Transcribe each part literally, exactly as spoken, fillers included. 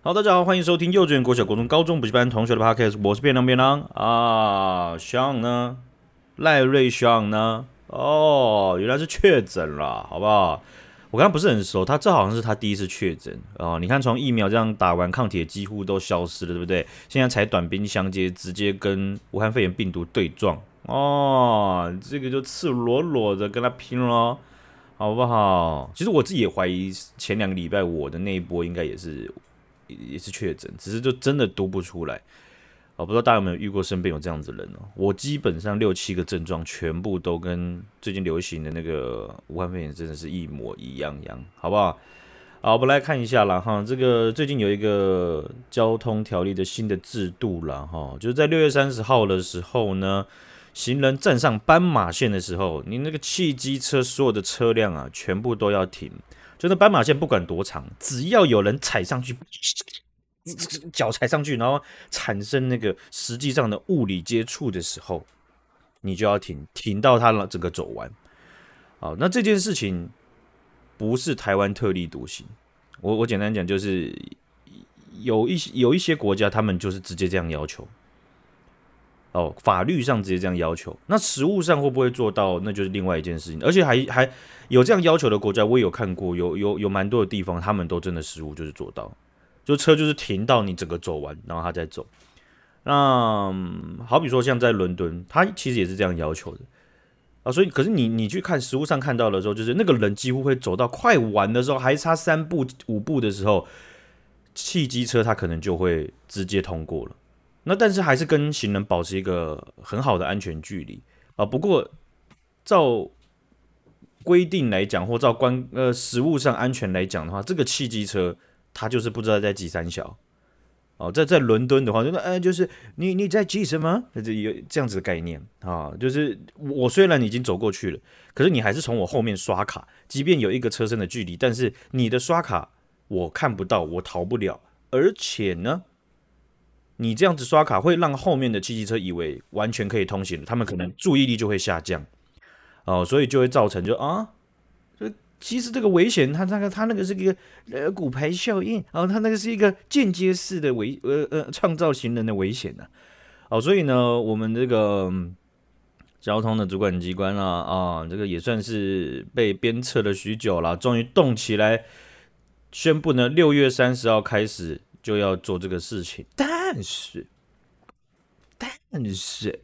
好，大家好，欢迎收听幼稚园、国小、国中、高中补习班同学的 podcast， 我是便当便当啊。Sean 呢？赖瑞 Sean 呢？哦，原来是确诊了，好不好？我刚刚不是很熟，他这好像是他第一次确诊哦。你看，从疫苗这样打完，抗体几乎都消失了，对不对？现在才短兵相接，直接跟武汉肺炎病毒对撞哦，这个就赤裸裸的跟他拼了，好不好？其实我自己也怀疑，前两个礼拜我的那一波应该也是。也是确诊，只是就真的读不出来。我不知道大家有没有遇过身边有这样子的人哦？我基本上六七个症状全部都跟最近流行的那个武汉肺炎真的是一模一样样，好不好？好，我们来看一下啦哈，这个最近有一个交通条例的新的制度啦哈，就是在六月三十号的时候呢，行人站上斑马线的时候，你那个汽机车所有的车辆啊，全部都要停。就那斑马线不管多长，只要有人踩上去，脚踩上去，然后产生那个实际上的物理接触的时候，你就要停，停到它整个走完。好，那这件事情不是台湾特立独行，我我简单讲，就是有一些有一些国家，他们就是直接这样要求。哦，法律上直接这样要求，那实务上会不会做到，那就是另外一件事情。而且还还有这样要求的国家，我也有看过，有有有蛮多的地方，他们都真的实务就是做到，就车就是停到你整个走完，然后他再走。那、嗯、好比说像在伦敦，他其实也是这样要求的啊。所以，可是你你去看实物上看到的时候，就是那个人几乎会走到快完的时候，还差三步五步的时候，汽机车他可能就会直接通过了。那但是还是跟行人保持一个很好的安全距离啊。不过照规定来讲，或照关呃实物上安全来讲的话，这个汽机车它就是不知道在挤三小哦。在在伦敦的话，就呃就是你你在挤什么？这有这样子的概念啊，就是我虽然已经走过去了，可是你还是从我后面刷卡，即便有一个车身的距离，但是你的刷卡我看不到，我逃不了，而且呢。你这样子刷卡会让后面的汽机车以为完全可以通行，他们可能注意力就会下降哦，所以就会造成就啊，其实这个危险，它那个它那个是一个呃骨牌效应，哦，它那个是一个间接式的危呃呃创造行人的危险呢、啊，哦，所以呢，我们这个、嗯、交通的主管机关啊啊，这个也算是被鞭策了许久了，终于动起来，宣布呢，六月三十号开始就要做这个事情，但是。但是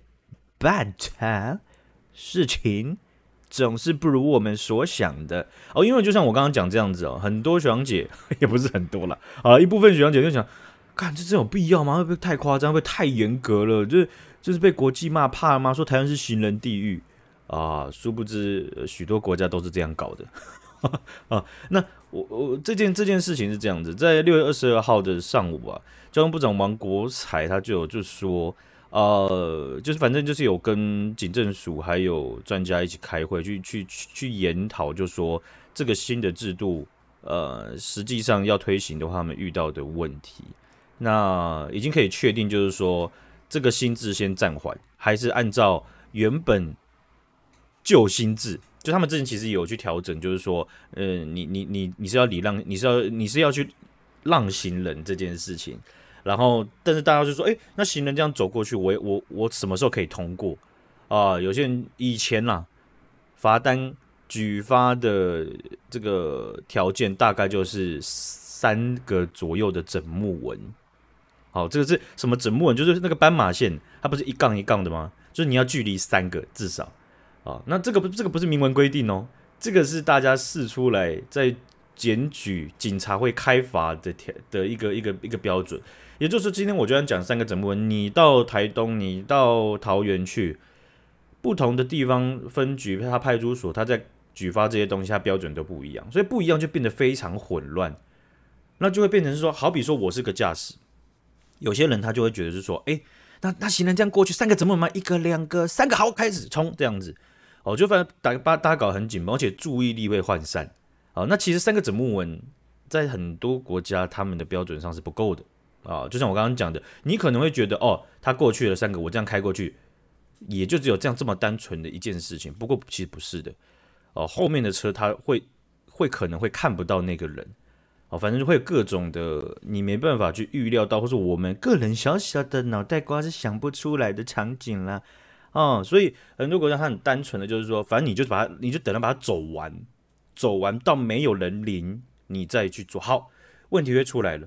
，but 事情总是不如我们所想的哦。因为就像我刚刚讲这样子哦，很多学长姐也不是很多了啊，一部分学长姐就想，看这真有必要吗？会不会太夸张？会不会太严格了？就是就是被国际骂怕了吗？说台湾是行人地狱啊，殊不知、呃、许多国家都是这样搞的。啊，那我我这件这件事情是这样子，在六月二十二号的上午啊，交通部长王国材他就有就说，呃，就是反正就是有跟警政署还有专家一起开会，去去去研讨，就说这个新的制度，呃，实际上要推行的话，他们遇到的问题，那已经可以确定，就是说这个新制先暂缓，还是按照原本旧新制。就他们之前其实有去调整，就是说，呃，你你你你是要礼让，你是要你是要去让行人这件事情，然后但是大家就说，哎、欸，那行人这样走过去，我我我什么时候可以通过啊、呃？有些人以前啦，罚单举发的这个条件大概就是三个左右的整木纹。好，这个是什么整木纹？就是那个斑马线，它不是一杠一杠的吗？就是你要距离三个至少。啊，那这个不这个不是明文规定哦，这个是大家试出来在检举警察会开罚的的一个一个一个标准。也就是今天我就要讲三个整木纹，你到台东，你到桃园去，不同的地方分局，他派出所，他在举发这些东西，他标准都不一样，所以不一样就变得非常混乱。那就会变成是说，好比说我是个驾驶，有些人他就会觉得是说，哎，那那行人这样过去，三个整木纹吗？一个、两个、三个，好，开始冲这样子。哦，就反正大家大家搞得很紧绷，而且注意力会涣散。好，那其实三个整木纹在很多国家他们的标准上是不够的啊。就像我刚刚讲的，你可能会觉得哦，他过去了三个，我这样开过去，也就只有这样这么单纯的一件事情。不过其实不是的哦，后面的车他会会可能会看不到那个人哦，反正就会有各种的你没办法去预料到，或者我们个人小小的脑袋瓜是想不出来的场景啦。哦，所以很多国家它很单纯的就是说，反正你就把它，你就等着把它走完，走完到没有人临，你再去做。好，问题会出来了。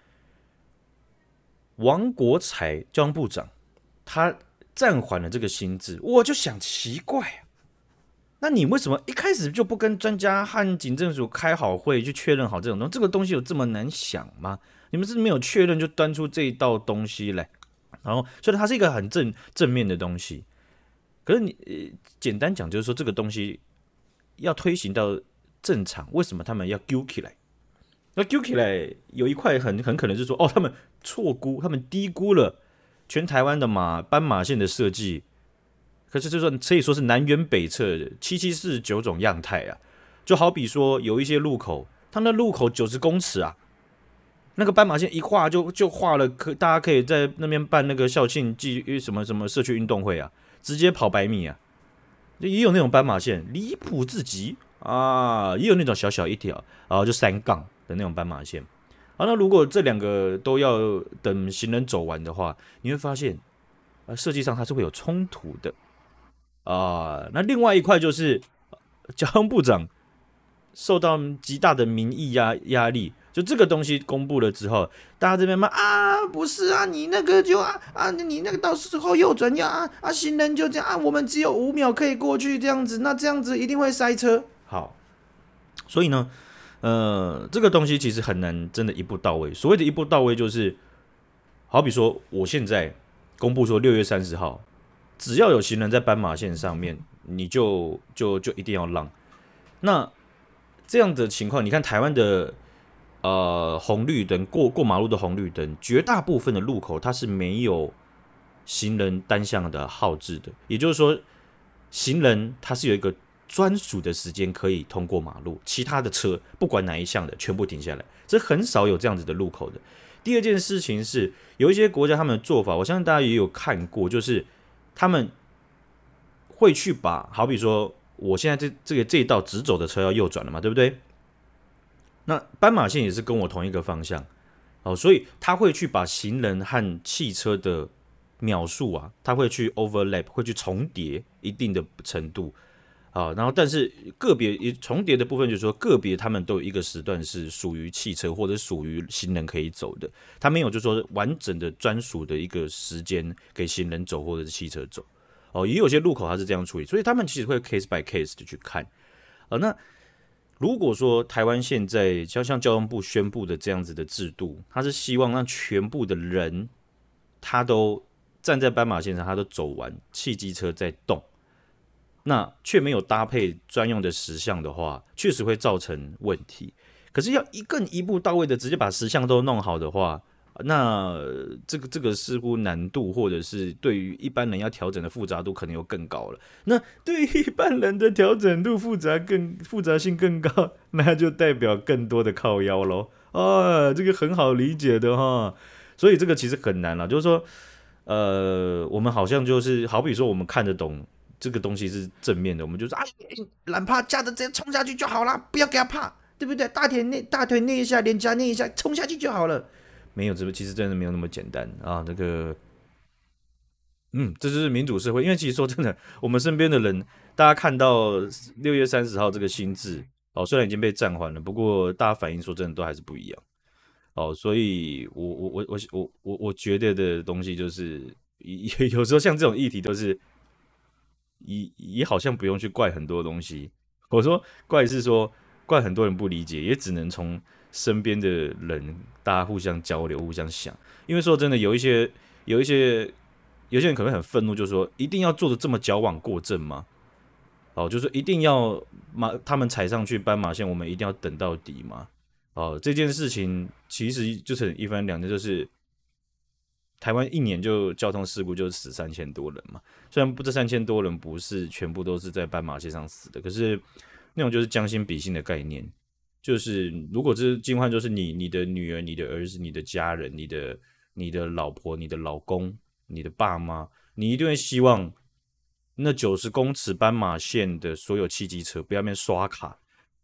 王国才交通部长他暂缓了这个新制，我就想奇怪啊，那你为什么一开始就不跟专家和警政署开好会去确认好这种东西？这个东西有这么难想吗？你们是没有确认就端出这一道东西来，然后虽然它是一个很正正面的东西，可是你、呃、简单讲就是说这个东西要推行到正常，为什么他们要揪起来？那揪起来有一块很很可能是说，哦，他们错估，他们低估了全台湾的马斑马线的设计，可是就说可以说是南辕北辙，七七四九种样态啊。就好比说有一些路口，它那路口九十公尺啊，那个斑马线一画就就画了，可大家可以在那边办那个校庆季什么什么社区运动会啊，直接跑百米啊，也有那种斑马线离谱至极啊，也有那种小小一条，然后就三杠的那种斑马线。好，那如果这两个都要等行人走完的话，你会发现，呃，设计上它是会有冲突的啊。那另外一块就是交通部长受到极大的民意压压力，就这个东西公布了之后，大家这边骂啊，不是啊，你那个就啊啊，你那个到时候右转要啊啊，行人就这样啊，我们只有五秒可以过去这样子，那这样子一定会塞车。好，所以呢，呃，这个东西其实很难真的一步到位。所谓的一步到位，就是好比说，我现在公布说六月三十号，只要有行人在斑马线上面，你就就就一定要让。那这样的情况，你看台湾的呃红绿灯过过马路的红绿灯，绝大部分的路口它是没有行人单向的号志的，也就是说，行人他是有一个专属的时间可以通过马路，其他的车不管哪一项的全部停下来，这很少有这样子的路口的。第二件事情是，有一些国家他们的做法，我相信大家也有看过，就是他们会去把，好比说，我现在这这个这一道直走的车要右转了嘛，对不对？那斑马线也是跟我同一个方向，哦，所以他会去把行人和汽车的秒数啊，他会去 overlap， 会去重叠一定的程度。啊，然后但是个别重叠的部分，就是说个别他们都有一个时段是属于汽车或者属于行人可以走的，他没有就是说完整的专属的一个时间给行人走或者是汽车走。哦，也有些路口它是这样处理，所以他们其实会 case by case 的去看。啊，那如果说台湾现在像像交通部宣布的这样子的制度，它是希望让全部的人他都站在斑马线上，他都走完，汽机车在动。那却没有搭配专用的时项的话，确实会造成问题。可是要一更一步到位的直接把时项都弄好的话，那这个这个似乎难度或者是对于一般人要调整的复杂度可能又更高了。那对于一般人的调整度复杂更复杂性更高，那就代表更多的靠腰咯。啊，这个很好理解的哈。所以这个其实很难了，就是说，呃，我们好像就是好比说我们看得懂。这个东西是正面的，我们就说啊，懒趴架着直接冲下去就好了，不要给他怕，对不对？大腿内大腿内一下，脸颊内一下，冲下去就好了。没有，这其实真的没有那么简单啊。这个，嗯，这就是民主社会。因为其实说真的，我们身边的人，大家看到六月三十号这个新制哦，虽然已经被暂缓了，不过大家反应说真的都还是不一样哦。所以我我我我我我我觉得的东西就是，有时候像这种议题都是。也也好像不用去怪很多东西。我说怪是说怪很多人不理解，也只能从身边的人大家互相交流、互相想。因为说真的，有一些有一些有些人可能很愤怒，就是说一定要做的这么矫枉过正吗？哦，就是一定要马他们踩上去斑马线，我们一定要等到底吗？哦，这件事情其实就是一翻两的，就是台湾一年就交通事故就死三千多人嘛，虽然不这三千多人不是全部都是在斑马线上死的，可是那种就是将心比心的概念，就是如果这今晚就是你、你的女儿、你的儿子、你的家人、你的、你的老婆、你的老公、你的爸妈，你一定会希望那九十公尺斑马线的所有汽机车不要面刷卡，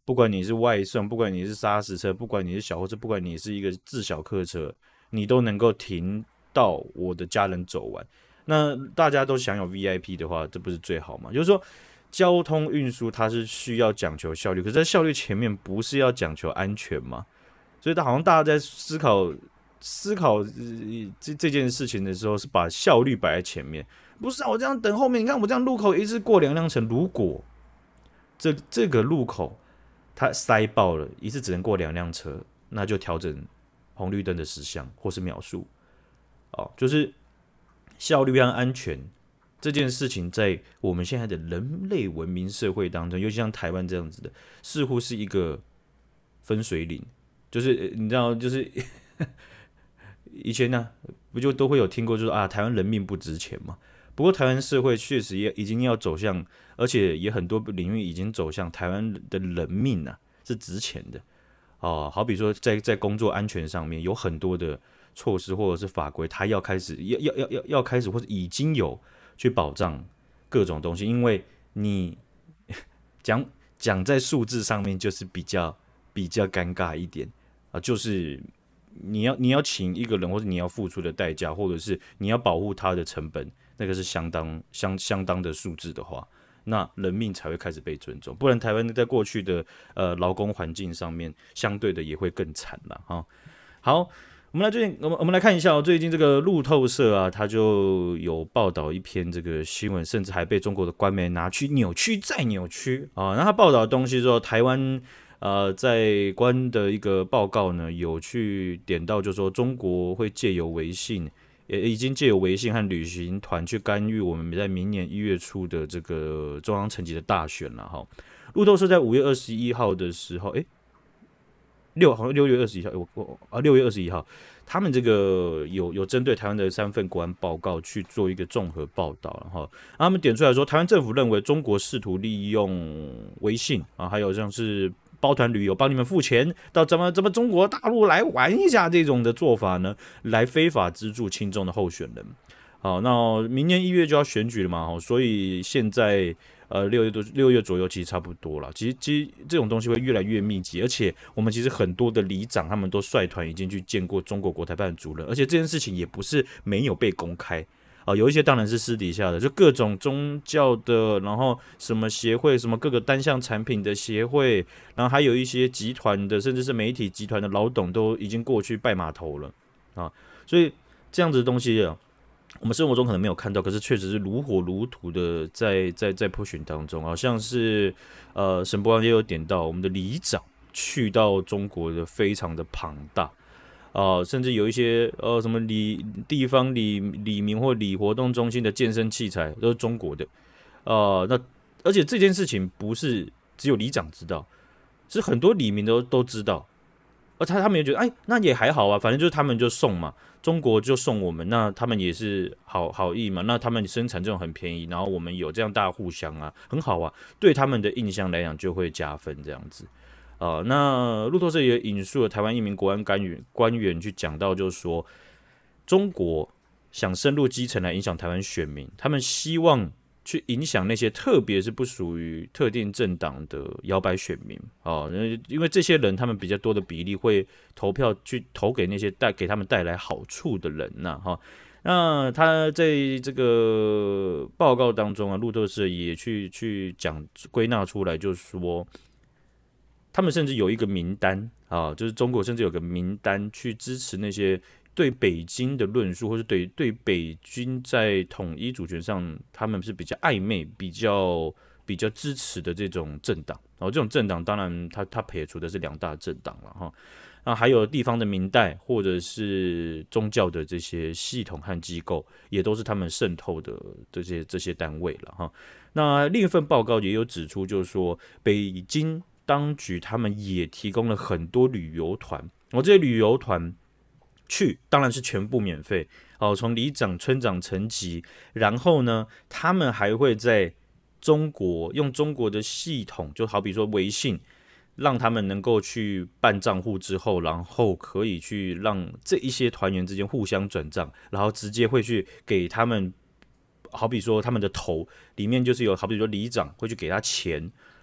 不管你是外送，不管你是砂石车，不管你是小货车，不管你是一个自小客车，你都能够停到我的家人走完。那大家都享有 V I P 的话，这不是最好吗？就是说，交通运输它是需要讲求效率，可是在效率前面不是要讲求安全吗？所以，好像大家在思考思考、呃、这这件事情的时候，是把效率摆在前面。不是啊，我这样等后面，你看我这样路口一次过两辆车，如果这这个路口它塞爆了，一次只能过两辆车，那就调整红绿灯的时相或是秒数。哦，就是效率和安全这件事情，在我们现在的人类文明社会当中，尤其像台湾这样子的，似乎是一个分水岭。就是你知道，就是以前呢、啊，不就都会有听过，就是啊，台湾人命不值钱嘛。不过台湾社会确实也已经要走向，而且也很多领域已经走向台湾的人命啊是值钱的哦。好比说在在工作安全上面有很多的措施或者是法规，它要开始要要要要要开始或者已经有去保障各种东西，因为你讲讲在数字上面就是比较比较尴尬一点啊，就是你要你要请一个人，或者你要付出的代价，或者是你要保护他的成本，那个是相当相相当的数字的话，那人命才会开始被尊重。不然台湾在过去的呃劳工环境上面，相对的也会更惨了哈。好，我们来最近我们我们来看一下、哦、最近这个路透社啊，它就有报道一篇这个新闻，甚至还被中国的官媒拿去扭曲再扭曲啊。那他报道的东西之后，台湾。呃，在官的一个报告呢，有去点到，就是说中国会借由微信，也已经借由微信和旅行团去干预我们在明年一月初的这个中央层级的大选了哈。路透社在五月二十一号的时候，诶，六好像六月二十一号，我我啊六月二十一号，他们这个有有针对台湾的三份国安报告去做一个综合报道，然后他们点出来说，台湾政府认为中国试图利用微信啊，还有像是包团旅游，帮你们付钱到咱们咱们中国大陆来玩一下这种的做法呢，来非法资助亲中的候选人。好，那明年一月就要选举了嘛，所以现在呃六月多六月左右其实差不多了。其实其实这种东西会越来越密集，而且我们其实很多的里长他们都率团已经去见过中国国台办的主任，而且这件事情也不是没有被公开。啊，有一些当然是私底下的，就各种宗教的，然后什么协会，什么各个单项产品的协会，然后还有一些集团的，甚至是媒体集团的老董都已经过去拜码头了啊。所以这样子的东西啊，我们生活中可能没有看到，可是确实是如火如荼的在在在push当中，好像是呃沈博阳也有点到，我们的里长去到中国的非常的庞大。呃，甚至有一些呃什么里地方里里民或里活动中心的健身器材都是中国的，呃，那而且这件事情不是只有里长知道，是很多里民都都知道，而他他们也觉得，哎，那也还好啊，反正就是他们就送嘛，中国就送我们，那他们也是好好意嘛，那他们生产这种很便宜，然后我们有这样大互相啊，很好啊，对他们的印象来讲就会加分这样子。呃，那路透社也引述了台湾一名国安官员官员去讲到，就是说中国想深入基层来影响台湾选民，他们希望去影响那些特别是不属于特定政党的摇摆选民哦，因为这些人他们比较多的比例会投票去投给那些带给他们带来好处的人呐、啊、哈。那他在这个报告当中啊，路透社也去去讲归纳出来，就是说。他们甚至有一个名单啊，就是中国甚至有个名单去支持那些对北京的论述，或是对对北京在统一主权上，他们是比较暧昧、比较比较支持的这种政党。然后这种政党，当然他他撇除的是两大政党了哈。那还有地方的民代，或者是宗教的这些系统和机构，也都是他们渗透的这些这些单位了哈。那另一份报告也有指出，就是说北京。当局他们也提供了很多旅游团，我、哦、这些旅游团去当然是全部免费哦，从里长、村长层级，然后呢，他们还会在中国用中国的系统，就好比说微信，让他们能够去办账户之后，然后可以去让这一些团员之间互相转账，然后直接会去给他们，好比说他们的头里面就是有，好比说里长会去给他钱。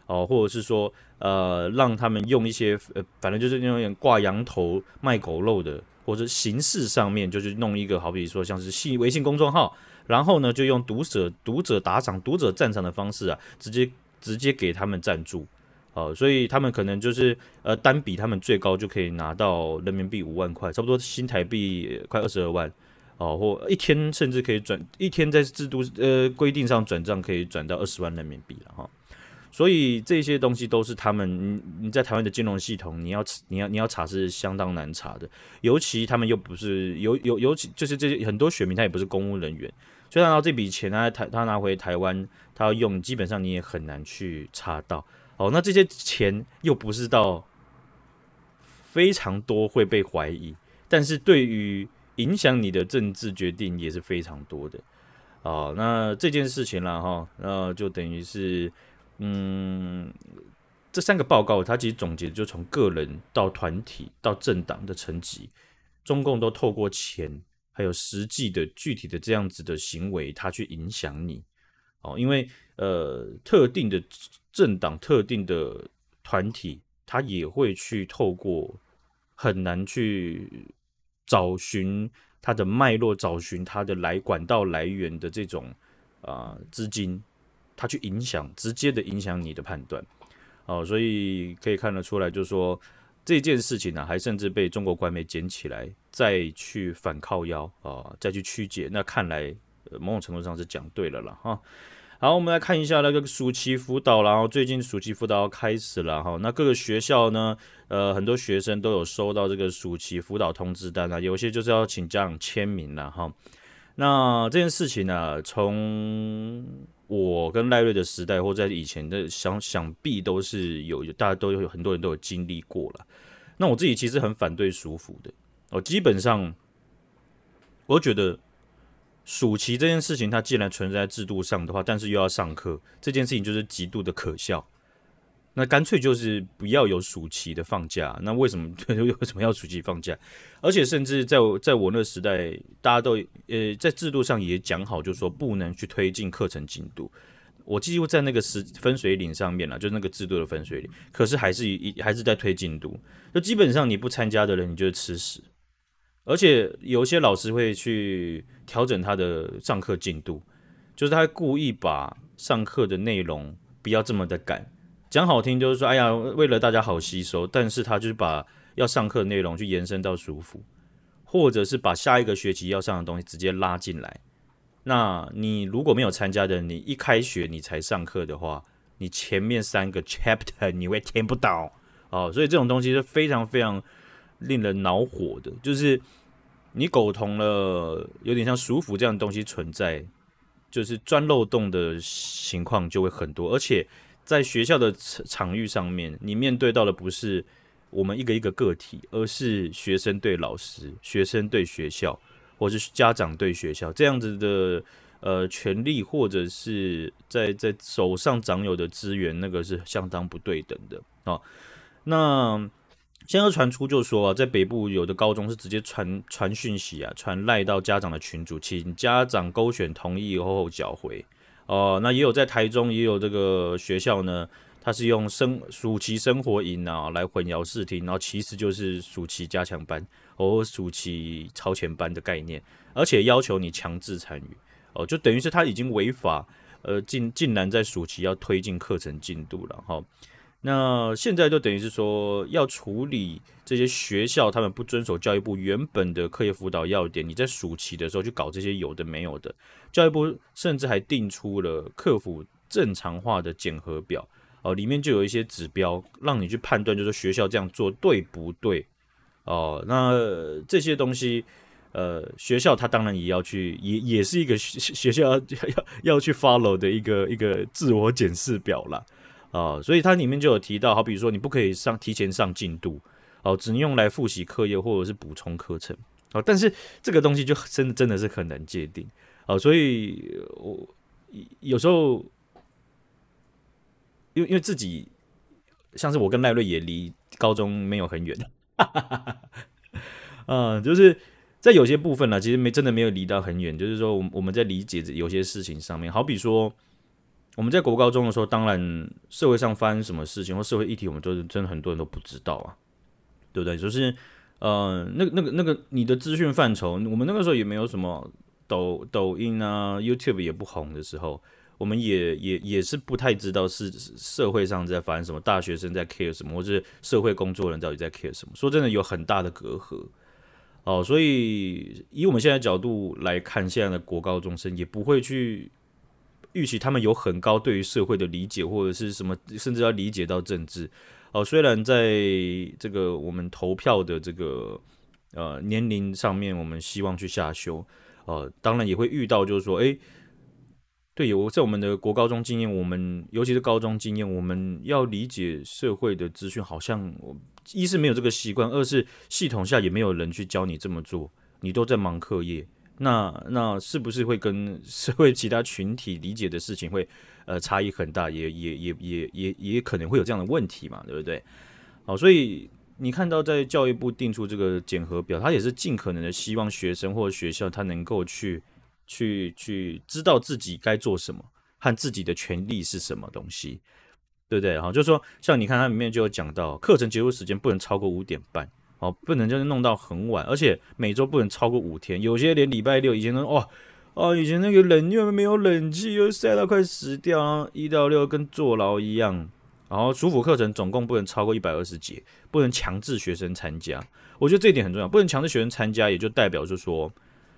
哦，或者是说呃让他们用一些呃反正就是那种挂羊头卖狗肉的，或者形式上面就是弄一个好比说像是信微信公众号，然后呢就用读者读者打赏、读者赞赏的方式啊，直接直接给他们赞助。哦，所以他们可能就是呃单笔他们最高就可以拿到人民币五万块，差不多新台币快二十二万哦，或一天甚至可以转一天在制度呃规定上转账可以转到二十万人民币了哈。所以这些东西都是他们你你在台湾的金融系统，你要你要你要查是相当难查的，尤其他们又不是有有尤其就是这些很多选民他也不是公务人员，所以他拿到这笔钱他台他拿回台湾他要用，基本上你也很难去查到。哦，那这些钱又不是到非常多会被怀疑，但是对于影响你的政治决定也是非常多的。哦，那这件事情啦，哈，那就等于是，嗯，这三个报告它其实总结就从个人到团体到政党的层级，中共都透过钱还有实际的具体的这样子的行为，它去影响你。哦，因为呃，特定的政党、特定的团体，他也会去透过很难去找寻它的脉络，找寻它的来管道来源的这种啊、呃、资金，它去影响，直接的影响你的判断。哦，所以可以看得出来，就是说这件事情呢、啊，还甚至被中国官媒捡起来，再去反靠腰啊、呃，再去曲解。那看来。呃、某种程度上是讲对了啦哈。好，我们来看一下那个暑期辅导，然后最近暑期辅导要开始了哈。那各个学校呢，呃，很多学生都有收到这个暑期辅导通知单啊，有些就是要请家长签名了哈。那这件事情呢、啊，从我跟赖瑞的时代，或在以前的想想必都是有，大家都有很多人都有经历过了。那我自己其实很反对暑辅的，哦，基本上我觉得。暑期这件事情，它既然存在制度上的话，但是又要上课，这件事情就是极度的可笑。那干脆就是不要有暑期的放假。那为什么为什么要暑期放假？而且甚至在我在我那个时代，大家都呃在制度上也讲好，就是说不能去推进课程进度。我几乎在那个分水岭上面了，就是那个制度的分水岭，可是还是还是在推进度。就基本上你不参加的人，你就是吃屎。而且有些老师会去调整他的上课进度，就是他故意把上课的内容不要这么的赶，讲好听就是说，哎呀，为了大家好吸收，但是他就是把要上课的内容去延伸到暑辅，或者是把下一个学期要上的东西直接拉进来。那你如果没有参加的，你一开学你才上课的话，你前面三个 chapter 你会听不到哦，所以这种东西是非常非常令人恼火的，就是你苟同了有点像暑辅这样的东西存在，就是钻漏洞的情况就会很多，而且在学校的场域上面，你面对到的不是我们一个一个个体，而是学生对老师、学生对学校，或是家长对学校这样子的呃权利，或者是在在手上掌有的资源，那个是相当不对等的啊、哦。那现在传出就说啊，在北部有的高中是直接传传讯息啊，传赖到家长的群组，请家长勾选同意后缴回。哦、呃，那也有在台中也有这个学校呢，它是用生暑期生活营啊来混淆视听，然后其实就是暑期加强班或暑期超前班的概念，而且要求你强制参与。哦、呃，就等于是他已经违法，呃，竟竟然在暑期要推进课程进度了哈。那现在就等于是说，要处理这些学校他们不遵守教育部原本的课业辅导要点，你在暑期的时候去搞这些有的没有的，教育部甚至还定出了课辅正常化的检核表，哦，里面就有一些指标让你去判断，就是学校这样做对不对？哦，那这些东西，呃，学校它当然也要去，也也是一个学校要要要去 follow 的一个一个自我检视表啦。啊、呃，所以它里面就有提到，好比说你不可以上提前上进度，哦、呃，只能用来复习课业或者是补充课程，哦、呃，但是这个东西就真的真的是很难界定，哦、呃，所以我有时候因为因为自己像是我跟赖瑞也离高中没有很远，嗯，就是在有些部分呢，其实没真的没有离到很远，就是说我们在理解有些事情上面，好比说。 我们在国高中的时候，当然社会上发生什么事情或社会议题，我们都是真的很多人都不知道啊，对不对？就是呃，那个那个那个你的资讯范畴，我们那个时候也没有什么抖抖音啊，YouTube 也不红的时候，我们也也也是不太知道是社会上在发生什么，大学生在 care 什么，或是社会工作人到底在 care 什么。说真的，有很大的隔阂哦，所以以我们现在的角度来看，现在的国高中生也不会去预期他们有很高对于社会的理解，或者是什么，甚至要理解到政治。哦，虽然在这个我们投票的这个呃年龄上面，我们希望去下修，呃，当然也会遇到，就是说，哎，对，有在我们的国高中经验，我们尤其是高中经验，我们要理解社会的资讯，好像一是没有这个习惯，二是系统下也没有人去教你这么做，你都在忙课业。那那是不是会跟社会其他群体理解的事情会呃差异很大，也也也也也也可能会有这样的问题嘛，对不对？好，所以你看到在教育部定出这个检核表，他也是尽可能的希望学生或者学校他能够去去去知道自己该做什么和自己的权利是什么东西，对不对？好，就是说像你看它里面就有讲到，课程结束时间不能超过五点半。哦，不能就是弄到很晚，而且每周不能超过五天，有些连礼拜六以前都哇哦，以前那个冷又没有冷气，又晒到快死掉，然后一到六跟坐牢一样。然后暑辅课程总共不能超过一百二十节，不能强制学生参加。我觉得这一点很重要，不能强制学生参加，也就代表就是说，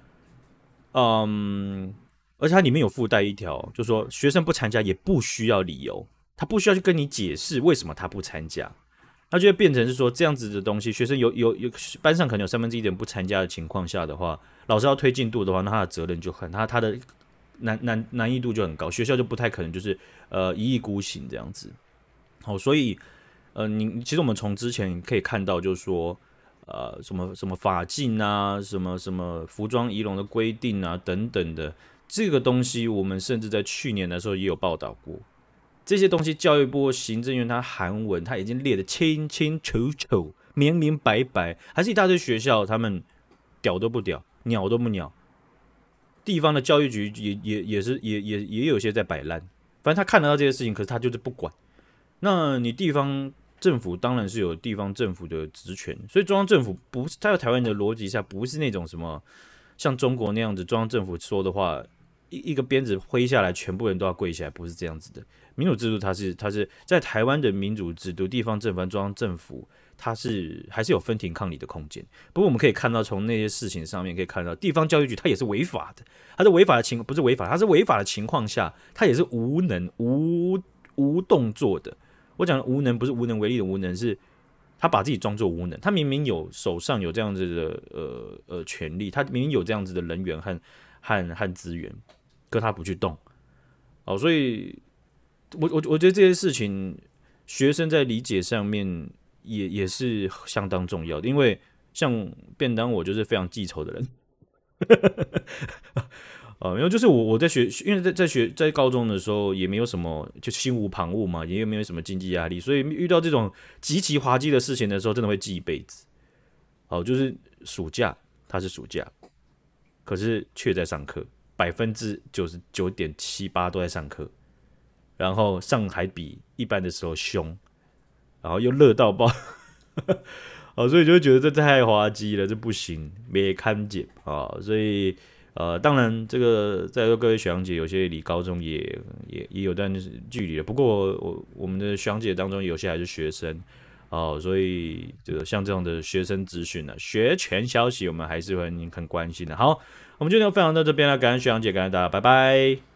嗯，而且它里面有附带一条，就是说学生不参加也不需要理由，他不需要去跟你解释为什么他不参加。那就会变成是说这样子的东西，学生有有有班上可能有三分之一的人不参加的情况下的话，老师要推进度的话，那他的责任就很，他他的难难难易度就很高，学校就不太可能就是呃一意孤行这样子。好，所以呃，你其实我们从之前可以看到，就是说呃什么什么法禁啊，什么什么服装仪容的规定啊等等的这个东西，我们甚至在去年的时候也有报道过。这些东西，教育部行政院它韩文，它已经列得清清楚楚、明明白白，还是一大堆学校他们屌都不屌，鸟都不鸟。地方的教育局也也也是也也也有些在摆烂，反正他看得到这些事情，可是他就是不管。那你地方政府当然是有地方政府的职权，所以中央政府不是，在台湾的逻辑下不是那种什么像中国那样子，中央政府说的话。一个鞭子挥下来，全部人都要跪下来，不是这样子的。民主制度它是它是在台湾的民主制度，地方政府、中央政府，它是还是有分庭抗礼的空间。不过我们可以看到，从那些事情上面可以看到，地方教育局它也是违法的，它是违法的情不是违法，它是违法的情况下，它也是无能无无动作的。我讲的无能不是无能为力的无能，是他把自己装作无能，他明明有手上有这样子的呃呃权利，他明明有这样子的人员和和和资源。可他不去动，哦，所以我我我觉得这些事情，学生在理解上面也也是相当重要的，因为像便当，我就是非常记仇的人，呃，因为就是我我在学，因为在在学在高中的时候也没有什么就心无旁骛嘛，也没有什么经济压力，所以遇到这种极其滑稽的事情的时候，真的会记一辈子。好，就是暑假，它是暑假，可是却在上课。百分之九十九点七八都在上课，然后上还比一般的时候凶，然后又热到爆，哦，所以就会觉得这太滑稽了，这不行，没看见啊，所以呃，当然这个在座各位学长姐有些离高中也也也有段距离了，不过我我们的学长姐当中有些还是学生。哦，所以这个像这样的学生资讯呢，学权消息我们还是会很关心的。好，我们今天就分享到这边了，感谢学长姐，感谢大家，拜拜。